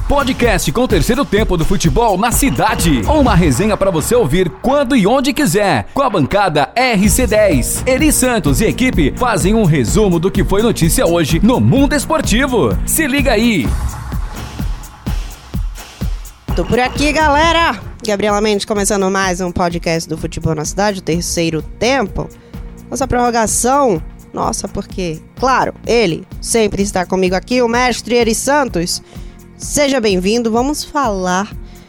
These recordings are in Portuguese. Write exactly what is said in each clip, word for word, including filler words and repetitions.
Podcast com o terceiro tempo do futebol na cidade. Uma resenha para você ouvir quando e onde quiser. Com a bancada R C dez. Eri Santos e equipe fazem um resumo do que foi notícia hoje no mundo esportivo. Se liga aí. Tô por aqui, galera. Gabriela Mendes começando mais um podcast do Futebol na Cidade, o terceiro tempo. Nossa prorrogação, nossa, porque, claro, ele sempre está comigo aqui, o mestre Eri Santos. Seja bem-vindo, vamos falar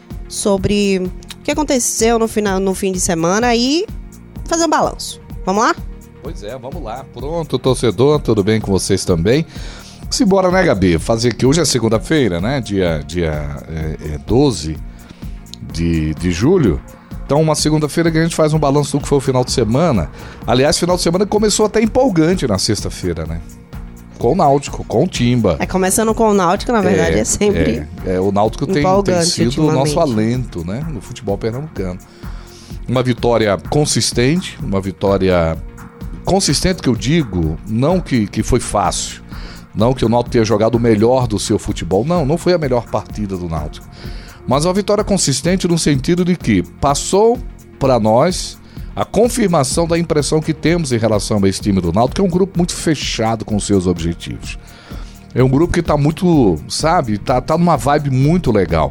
sobre o que aconteceu no, final, no fim de semana e fazer um balanço. Vamos lá? Pois é, vamos lá. Pronto, torcedor, tudo bem com vocês também? Simbora, né, Gabi? Fazer que hoje é segunda-feira, né? Dia, dia é, é doze de, de julho. Então, uma segunda-feira que a gente faz um balanço do que foi o final de semana. Aliás, final de semana começou até empolgante na sexta-feira, né? Com o Náutico, com o Timba. É, começando com o Náutico, na verdade, é, é sempre É, é o Náutico tem, tem sido o nosso alento, né? No futebol pernambucano. Uma vitória consistente, uma vitória consistente que eu digo, não que, que foi fácil. Não que o Náutico tenha jogado o melhor do seu futebol. Não, não foi a melhor partida do Náutico. Mas uma vitória consistente no sentido de que passou para nós a confirmação da impressão que temos em relação a esse time do Náutico, que é um grupo muito fechado com seus objetivos. É um grupo que está muito, sabe, tá, tá numa vibe muito legal.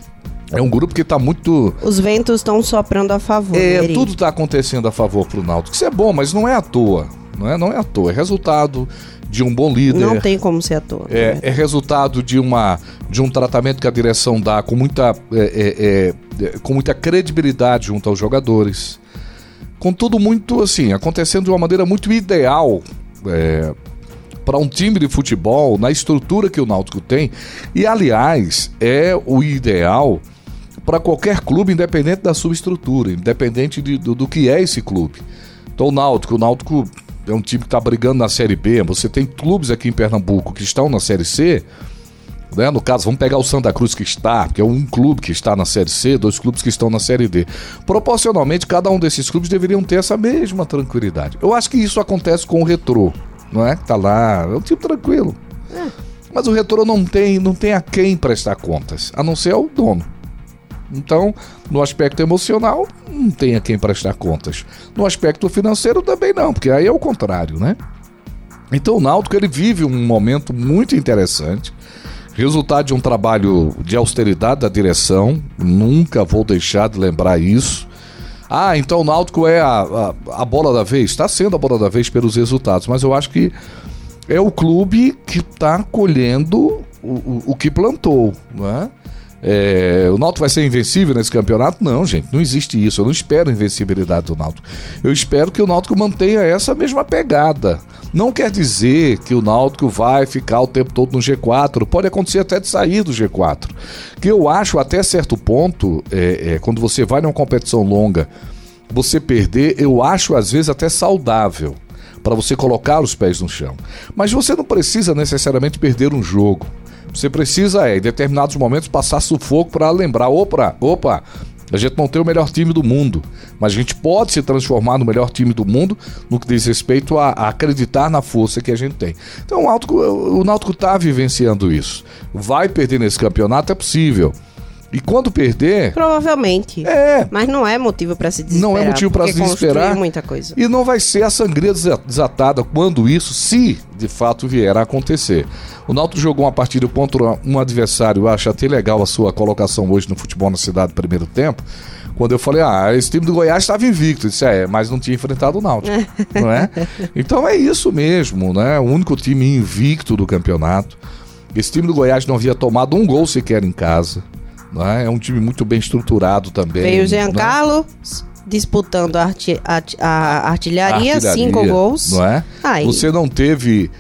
É um grupo que está muito... Os ventos estão soprando a favor. É, Eri. Tudo está acontecendo a favor pro Náutico. Isso é bom, mas não é à toa. Não é, não é à toa. É resultado de um bom líder. Não tem como ser à toa. É, né? é resultado de, uma, de um tratamento que a direção dá com muita, é, é, é, com muita credibilidade junto aos jogadores. Com tudo muito assim, acontecendo de uma maneira muito ideal é, para um time de futebol, na estrutura que o Náutico tem. E, aliás, é o ideal para qualquer clube, independente da sua estrutura, independente de, do, do que é esse clube. Então, o Náutico, o Náutico é um time que está brigando na Série B. Você tem clubes aqui em Pernambuco que estão na Série C, né? No caso, vamos pegar o Santa Cruz que está, que é um clube que está na Série C, dois clubes que estão na Série D. Proporcionalmente, cada um desses clubes deveriam ter essa mesma tranquilidade. Eu acho que isso acontece com o Retrô, não é? Que tá lá, é um time tranquilo. É. Mas o Retrô não tem, não tem a quem prestar contas, a não ser ao dono. Então, no aspecto emocional, não tem a quem prestar contas. No aspecto financeiro também não, porque aí é o contrário, né? Então o Náutico, ele vive um momento muito interessante, resultado de um trabalho de austeridade da direção, nunca vou deixar de lembrar isso. Ah, então o Náutico é a, a, a bola da vez, está sendo a bola da vez pelos resultados, mas eu acho que é o clube que está colhendo o, o, o que plantou, não é? É, o Náutico vai ser invencível nesse campeonato? Não, gente, não existe isso. Eu não espero a invencibilidade do Náutico. Eu espero que o Náutico mantenha essa mesma pegada. Não quer dizer que o Náutico vai ficar o tempo todo no G quatro. Pode acontecer até de sair do G quatro. Que eu acho até certo ponto, é, é, quando você vai numa competição longa, você perder, eu acho às vezes até saudável para você colocar os pés no chão. Mas você não precisa necessariamente perder um jogo. Você precisa, é, em determinados momentos, passar sufoco para lembrar, opa, opa, a gente não tem o melhor time do mundo, mas a gente pode se transformar no melhor time do mundo no que diz respeito a, a acreditar na força que a gente tem. Então o Náutico, o Náutico está vivenciando isso. Vai perder nesse campeonato? É possível. E quando perder... Provavelmente. É. Mas não é motivo para se desesperar. Não é motivo para se desesperar. Muita coisa. E não vai ser a sangria desatada quando isso, se de fato vier a acontecer. O Náutico jogou uma partida contra um adversário, eu acho até legal a sua colocação hoje no Futebol na Cidade, primeiro tempo, quando eu falei, ah, esse time do Goiás estava invicto. Eu disse, é, mas não tinha enfrentado o Náutico, não é? Então é isso mesmo, né? O único time invicto do campeonato. Esse time do Goiás não havia tomado um gol sequer em casa. Não é? É um time muito bem estruturado também. Veio o Giancarlo, né? Disputando a, arti- a, a artilharia, artilharia, cinco gols. Não é? Aí. Você não teve...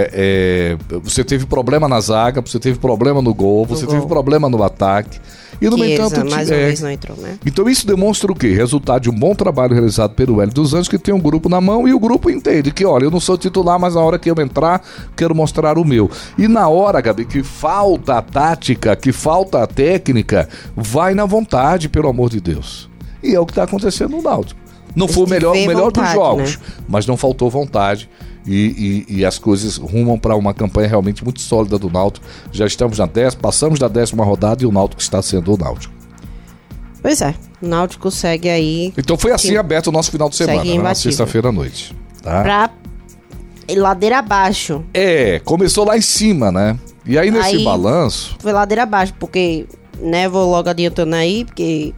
É, é, você teve problema na zaga, você teve problema no gol, você no teve gol. problema no ataque. E no Chiesa, entanto, mais uma é, vez não entrou, né? Então isso demonstra o quê? Resultado de um bom trabalho realizado pelo Hélio dos Anjos, que tem um grupo na mão e o grupo entende que, olha, eu não sou titular, mas na hora que eu entrar, quero mostrar o meu. E na hora, Gabi, que falta a tática, que falta a técnica, vai na vontade, pelo amor de Deus. E é o que está acontecendo no Náutico. Não foi o melhor, o melhor vontade, dos jogos, né? Mas não faltou vontade. e, e, e as coisas rumam para uma campanha realmente muito sólida do Náutico. Já estamos na décima, passamos da décima rodada e o Náutico está sendo o Náutico. Pois é, o Náutico segue aí. Então foi assim aberto o nosso final de semana, né? Na sexta-feira à noite. Tá? Pra ladeira abaixo. É, começou lá em cima, né? E aí nesse aí, balanço... Foi ladeira abaixo, porque, né, vou logo adiantando aí, porque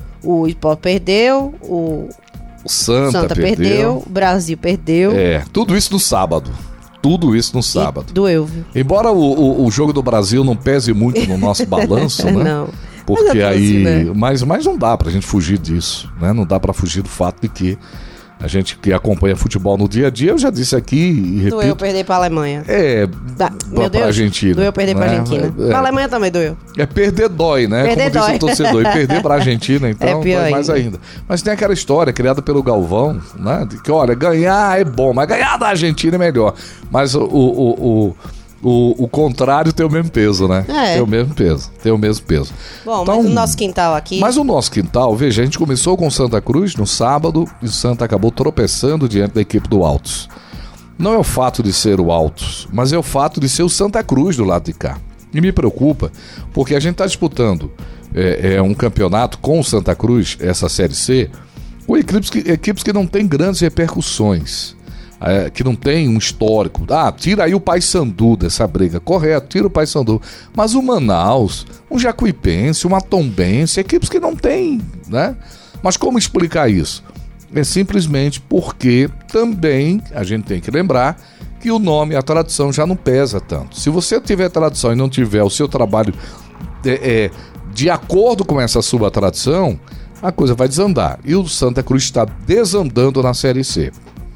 o Sport perdeu, o, o Santa, Santa perdeu. perdeu, o Brasil perdeu. É, tudo isso no sábado. Tudo isso no sábado. E doeu, viu? Embora o, o, o jogo do Brasil não pese muito no nosso balanço, né? Não. Porque mas aí... Assim, né? mas, mas não dá pra gente fugir disso, né? Não dá pra fugir do fato de que a gente que acompanha futebol no dia a dia, eu já disse aqui e repito... Doeu perder pra Alemanha. É, da, pra, pra Argentina. Doeu perder né? pra Argentina. É, pra Alemanha também doeu. É perder dói, né? Perder Como dói. disse o torcedor. E perder pra Argentina, então, é pior dói mais ainda. Mas tem aquela história criada pelo Galvão, né? De que, olha, ganhar é bom, mas ganhar da Argentina é melhor. Mas o... o, o O, o contrário tem o mesmo peso, né? É. Tem o mesmo peso. Tem o mesmo peso. Bom, então, mas o nosso quintal aqui... Mas o nosso quintal, veja, a gente começou com o Santa Cruz no sábado e o Santa acabou tropeçando diante da equipe do Altos. Não é o fato de ser o Altos, mas é o fato de ser o Santa Cruz do lado de cá. E me preocupa, porque a gente está disputando é, é, um campeonato com o Santa Cruz, essa Série C, com equipes que, equipes que não têm grandes repercussões. É, que não tem um histórico. Ah, tira aí o Paysandu dessa briga. Correto, tira o Paysandu. Mas o Manaus, um Jacuipense, uma Tombense, equipes que não tem, né? Mas como explicar isso? É simplesmente porque também a gente tem que lembrar que o nome, a tradição já não pesa tanto. Se você tiver tradição e não tiver o seu trabalho é, é, de acordo com essa sua tradição, a coisa vai desandar. E o Santa Cruz está desandando na Série C.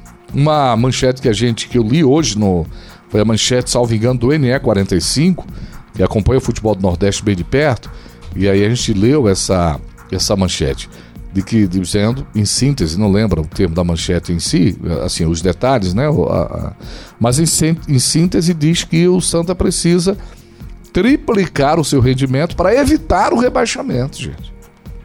Uma manchete que a gente, que eu li hoje, no, foi a manchete, salvo engano, do N E quarenta e cinco, que acompanha o futebol do Nordeste bem de perto, e aí a gente leu essa, essa manchete, de que, dizendo, em síntese, não lembro o termo da manchete em si, assim, os detalhes, né? A, a, mas em, em síntese diz que o Santa precisa triplicar o seu rendimento para evitar o rebaixamento, gente.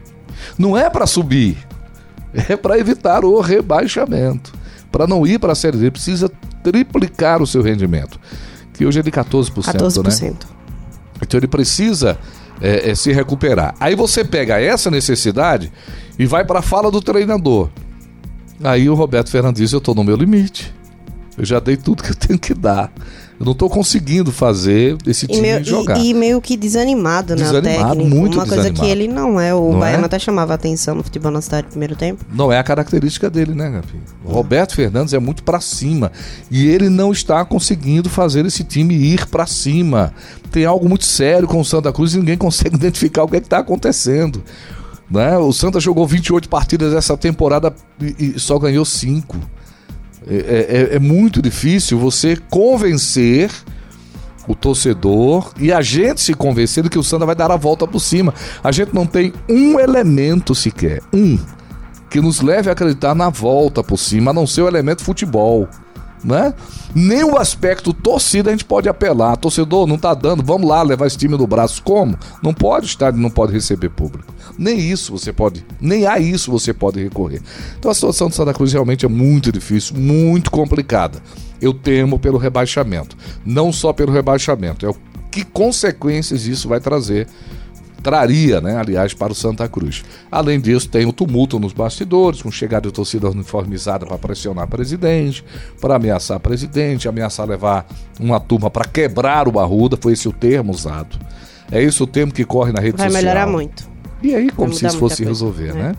Não é para subir, é para evitar o rebaixamento. Para não ir para a Série D, precisa triplicar o seu rendimento, que hoje é de quatorze por cento, quatorze por cento. Né? Então ele precisa é, é, se recuperar. Aí você pega essa necessidade e vai para a fala do treinador. Aí o Roberto Fernandes diz, eu estou no meu limite. Eu já dei tudo que eu tenho que dar. Eu não estou conseguindo fazer esse time e meio, jogar. E, e meio que desanimado, né? Desanimado, o técnico. muito Uma coisa desanimado. que ele não é. O Não Baiano é? até chamava a atenção no futebol na cidade no primeiro tempo. Não é a característica dele, né, Gabi? O Roberto Fernandes é muito pra cima. E ele não está conseguindo fazer esse time ir pra cima. Tem algo muito sério com o Santa Cruz e ninguém consegue identificar o que é que tá acontecendo. Né? O Santa jogou vinte e oito partidas essa temporada e, e só ganhou cinco. É, é, é muito difícil você convencer o torcedor e a gente se convencer de que o Santa vai dar a volta por cima. A gente não tem um elemento sequer, um, que nos leve a acreditar na volta por cima, a não ser o elemento futebol, né? Nem o aspecto torcida a gente pode apelar. Torcedor, não tá dando, vamos lá levar esse time no braço. Como? Não pode, o estádio não pode receber público. Nem isso você pode, nem a isso você pode recorrer. Então a situação do Santa Cruz realmente é muito difícil, muito complicada. Eu temo pelo rebaixamento. Não só pelo rebaixamento, é o que consequências isso vai trazer, traria, né, aliás, para o Santa Cruz. Além disso, tem o tumulto nos bastidores, com chegada de torcida uniformizada para pressionar o presidente, para ameaçar o presidente, ameaçar levar uma turma para quebrar o Arruda, foi esse o termo usado. É esse o termo que corre na rede vai social. Vai melhorar muito. E aí, como se isso fosse resolver, né?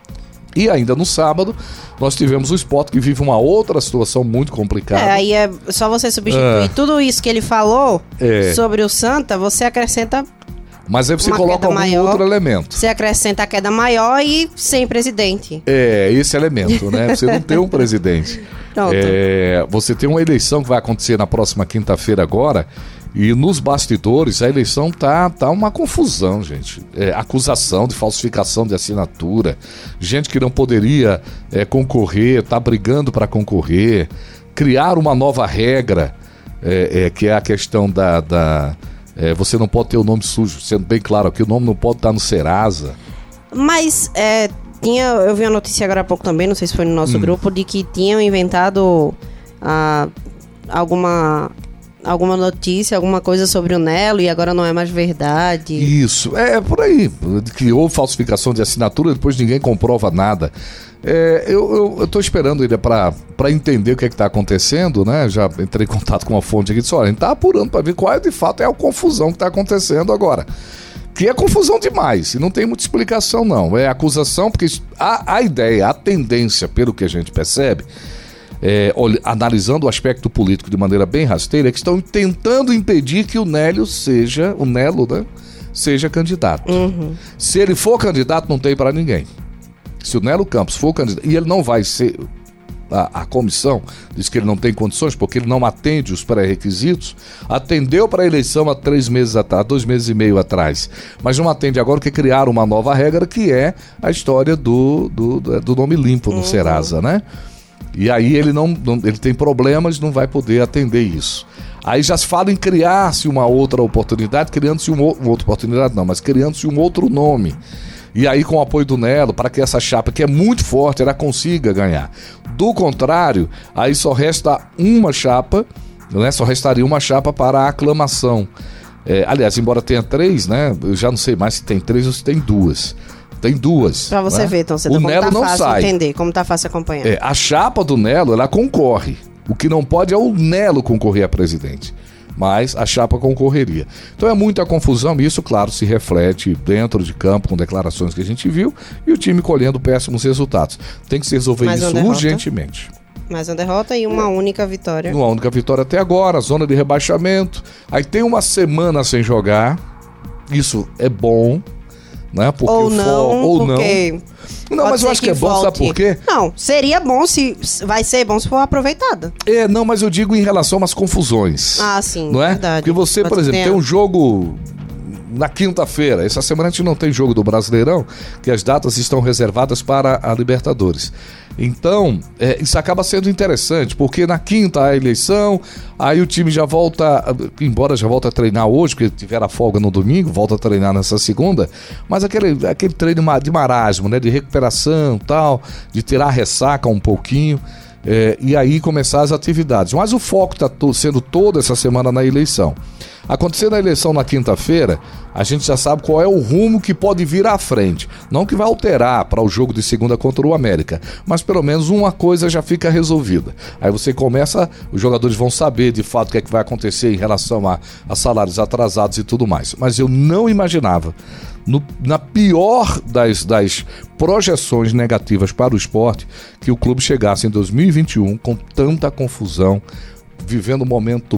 E ainda no sábado, nós tivemos o Sport, que vive uma outra situação muito complicada. É, aí é só você substituir é. tudo isso que ele falou é. sobre o Santa, você acrescenta... Mas aí você uma coloca algum maior, outro elemento. Você acrescenta a queda maior e sem presidente. É, esse elemento, né? Você não tem um presidente. É, você tem uma eleição que vai acontecer na próxima quinta-feira agora, e nos bastidores a eleição tá, tá uma confusão, gente. É, acusação de falsificação de assinatura, gente que não poderia é, concorrer, tá brigando para concorrer, criar uma nova regra, é, é, que é a questão da... da é, você não pode ter o nome sujo, sendo bem claro aqui, o nome não pode estar no Serasa. Mas é, tinha, eu vi uma notícia agora há pouco também, não sei se foi no nosso hum. grupo, de que tinham inventado a alguma, alguma notícia, alguma coisa sobre o Nelo e agora não é mais verdade. Isso, é por aí. Que houve falsificação de assinatura, depois ninguém comprova nada. É, eu estou esperando ainda para entender o que é está acontecendo, né? Já entrei em contato com uma fonte aqui e disse, olha, a gente está apurando para ver qual é de fato é a confusão que está acontecendo agora. Que é confusão demais, e não tem muita explicação não. É acusação, porque a, a ideia, a tendência, pelo que a gente percebe, é, olha, analisando o aspecto político de maneira bem rasteira, é que estão tentando impedir que o Nélio seja, o Nelo, né, seja candidato. Uhum. Se ele for candidato, não tem para ninguém. Se o Nelo Campos for candidato, e ele não vai ser, a, a comissão diz que ele não tem condições, porque ele não atende os pré-requisitos, atendeu para a eleição há três meses atrás, dois meses e meio atrás, mas não atende agora porque criaram uma nova regra, que é a história do, do, do nome limpo no uhum. Serasa, né? E aí ele, não, não, ele tem problemas, não vai poder atender isso. Aí já se fala em criar-se uma outra oportunidade, criando-se um, uma outra oportunidade não, mas criando-se um outro nome. E aí com o apoio do Nelo, para que essa chapa, que é muito forte, ela consiga ganhar. Do contrário, aí só resta uma chapa, né? Só restaria uma chapa para a aclamação. É, aliás, embora tenha três, né? Eu já não sei mais se tem três ou se tem duas. Tem duas. Pra você né? ver, então, você o como Nelo tá não fácil sai. entender, como tá fácil acompanhar. É, a chapa do Nelo, ela concorre. O que não pode é o Nelo concorrer a presidente. Mas a chapa concorreria. Então é muita confusão e isso, claro, se reflete dentro de campo com declarações que a gente viu e o time colhendo péssimos resultados. Tem que se resolver Mais isso urgentemente. Mais uma derrota e uma é. única vitória. Uma única vitória até agora, zona de rebaixamento. Aí tem uma semana sem jogar. Isso é bom, né? Porque ou não, for, ou porque... não. Não, mas eu acho que, que é bom, volte. Sabe por quê? Não, seria bom se... Vai ser bom se for aproveitado. É, não, mas eu digo em relação às confusões. Ah, sim, não é? verdade. Porque você, Pode por exemplo, ter. tem um jogo na quinta-feira. Essa semana a gente não tem jogo do Brasileirão, que as datas estão reservadas para a Libertadores. Então, é, isso acaba sendo interessante, porque na quinta há a eleição, aí o time já volta, embora já volta a treinar hoje, porque tiver a folga no domingo, volta a treinar nessa segunda, mas aquele, aquele treino de marasmo, né, de recuperação e tal, de tirar a ressaca um pouquinho, é, e aí começar as atividades. Mas o foco está to- sendo toda essa semana na eleição. Acontecendo a eleição na quinta-feira, a gente já sabe qual é o rumo que pode vir à frente. Não que vai alterar para o jogo de segunda contra o América, mas pelo menos uma coisa já fica resolvida. Aí você começa, os jogadores vão saber de fato o que é que vai acontecer em relação a, a salários atrasados e tudo mais. Mas eu não imaginava, no, na pior das, das projeções negativas para o esporte, que o clube chegasse em dois mil e vinte e um com tanta confusão, vivendo um momento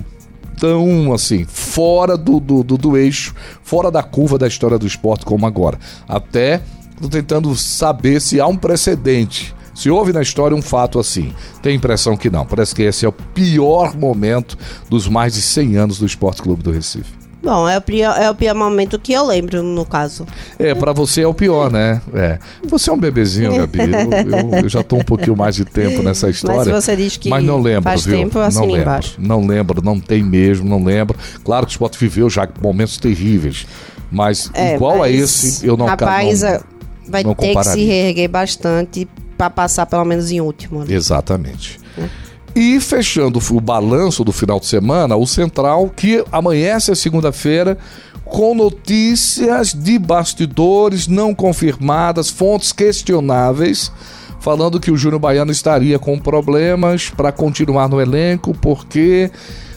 tão assim, fora do, do, do, do eixo, fora da curva da história do esporte como agora. Até estou tentando saber se há um precedente, se houve na história um fato assim. Tenho a impressão que não. Parece que esse é o pior momento dos mais de cem anos do Esporte Clube do Recife. Bom, é o pior, é o pior momento que eu lembro, no caso. É, pra você é o pior, né? É. Você é um bebezinho, Gabi. Eu, eu, eu já tô um pouquinho mais de tempo nessa história. Mas você diz que mas não lembro, faz viu? tempo, assim não lembro, embaixo. Não lembro, não tem mesmo, não lembro. Claro que o esporte viveu já momentos terríveis, mas é, igual mas, a esse, eu não... Rapaz, não, vai não ter compararia. Que se reerguer bastante pra passar pelo menos em último. Né? Exatamente. É. E fechando o balanço do final de semana, o Central, que amanhece a segunda-feira com notícias de bastidores não confirmadas, fontes questionáveis, falando que o Júnior Baiano estaria com problemas para continuar no elenco, porque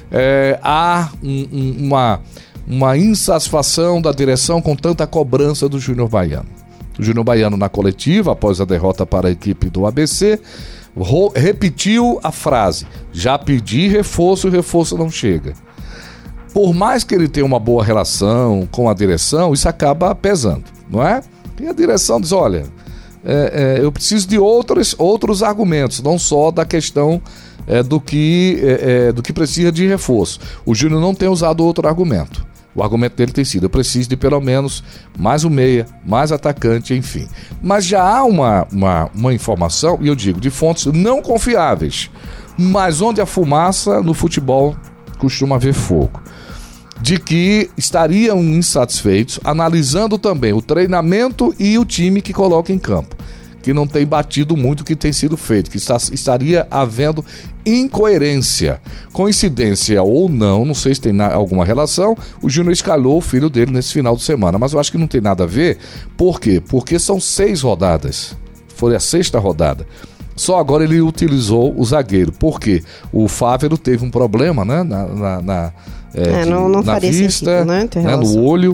é, há um, um, uma, uma insatisfação da direção com tanta cobrança do Júnior Baiano. O Júnior Baiano, na coletiva, após a derrota para a equipe do A B C, ro- repetiu a frase: já pedi reforço e o reforço não chega. Por mais que ele tenha uma boa relação com a direção, isso acaba pesando, não é? E a direção diz: olha, é, é, eu preciso de outros, outros argumentos, não só da questão é, do, que, é, é, do que precisa de reforço. O Júnior não tem usado outro argumento. O argumento dele tem sido: eu preciso de pelo menos mais um meia, mais atacante, enfim. Mas já há uma, uma, uma informação, e eu digo, de fontes não confiáveis, mas onde a fumaça no futebol costuma haver fogo, de que estariam insatisfeitos, analisando também o treinamento e o time que coloca em campo, que não tem batido muito o que tem sido feito, que está, estaria havendo incoerência. Coincidência ou não, não sei se tem na, alguma relação, o Júnior escalou o filho dele nesse final de semana, mas eu acho que não tem nada a ver. Por quê? Porque são seis rodadas. Foi a sexta rodada. Só agora ele utilizou o zagueiro. Por quê? O Fávero teve um problema, né? Na, na, na, é, é, não, não na faria vista, sentido, né? né? No olho.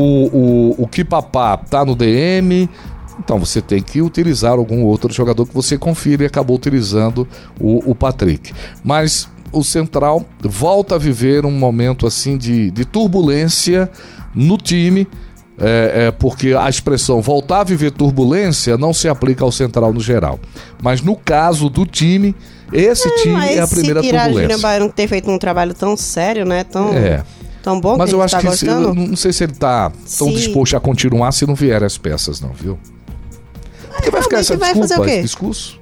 O, o, o Kipapá tá no D M. Então você tem que utilizar algum outro jogador que você confira, e acabou utilizando o, o Patrick. Mas o Central volta a viver um momento assim de, de turbulência no time, é, é, porque a expressão voltar a viver turbulência não se aplica ao Central no geral. Mas no caso do time, esse é, time é a primeira se tirar turbulência. Júnior Baiano ter feito um trabalho tão sério, né? Tão, é. tão bom, mas que eu a acho gente tá que se, gostando. eu não sei se ele tá tão se... disposto a continuar se não vier as peças, não, viu? Porque vai ficar essa vai desculpa, fazer o quê? esse discurso.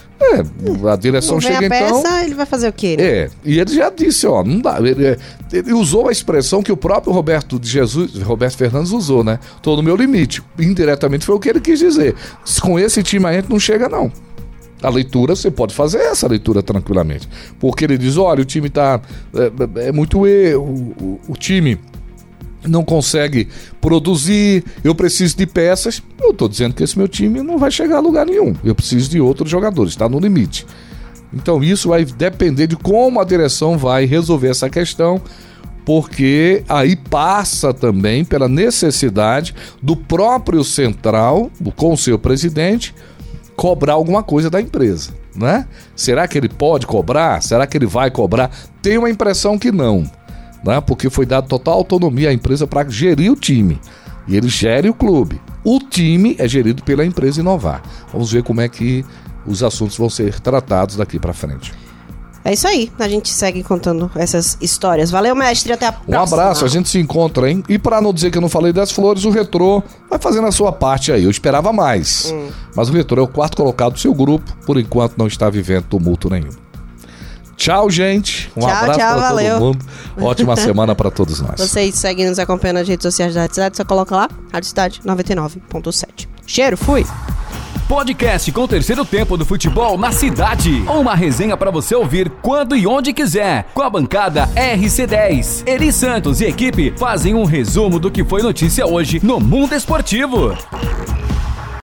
É, a direção não chega vem a peça, então... ele vai fazer o quê? Né? É, e ele já disse, ó, não dá. Ele, ele usou a expressão que o próprio Roberto de Jesus, Roberto Fernandes usou, né? Tô no meu limite. Indiretamente foi o que ele quis dizer. Com esse time a gente não chega, não. A leitura, você pode fazer essa leitura tranquilamente. Porque ele diz, olha, o time tá... É, é muito erro, o, o time... não consegue produzir, eu preciso de peças. Eu estou dizendo que esse meu time não vai chegar a lugar nenhum. Eu preciso de outros jogadores, está no limite. Então isso vai depender de como a direção vai resolver essa questão, porque aí passa também pela necessidade do próprio Central, com o seu presidente, cobrar alguma coisa da empresa, né? Será que ele pode cobrar? Será que ele vai cobrar? Tenho uma impressão que não. Né? Porque foi dada total autonomia à empresa para gerir o time. E ele gere o clube. O time é gerido pela empresa Inovar. Vamos ver como é que os assuntos vão ser tratados daqui para frente. É isso aí. A gente segue contando essas histórias. Valeu, mestre. Até a próxima. Um abraço. A gente se encontra, hein? E para não dizer que eu não falei das flores, o Retrô vai fazendo a sua parte aí. Eu esperava mais. Hum. Mas o Retrô é o quarto colocado do seu grupo. Por enquanto não está vivendo tumulto nenhum. Tchau, gente. Um tchau, abraço tchau, para valeu. todo mundo. Ótima semana para todos nós. Vocês seguem nos acompanhando nas redes sociais da Rádio Cidade, só coloca lá, Rádio Cidade noventa e nove ponto sete. Cheiro, fui! Podcast com o terceiro tempo do futebol na cidade. Uma resenha para você ouvir quando e onde quiser. Com a bancada R C dez. Eri Santos e equipe fazem um resumo do que foi notícia hoje no mundo esportivo.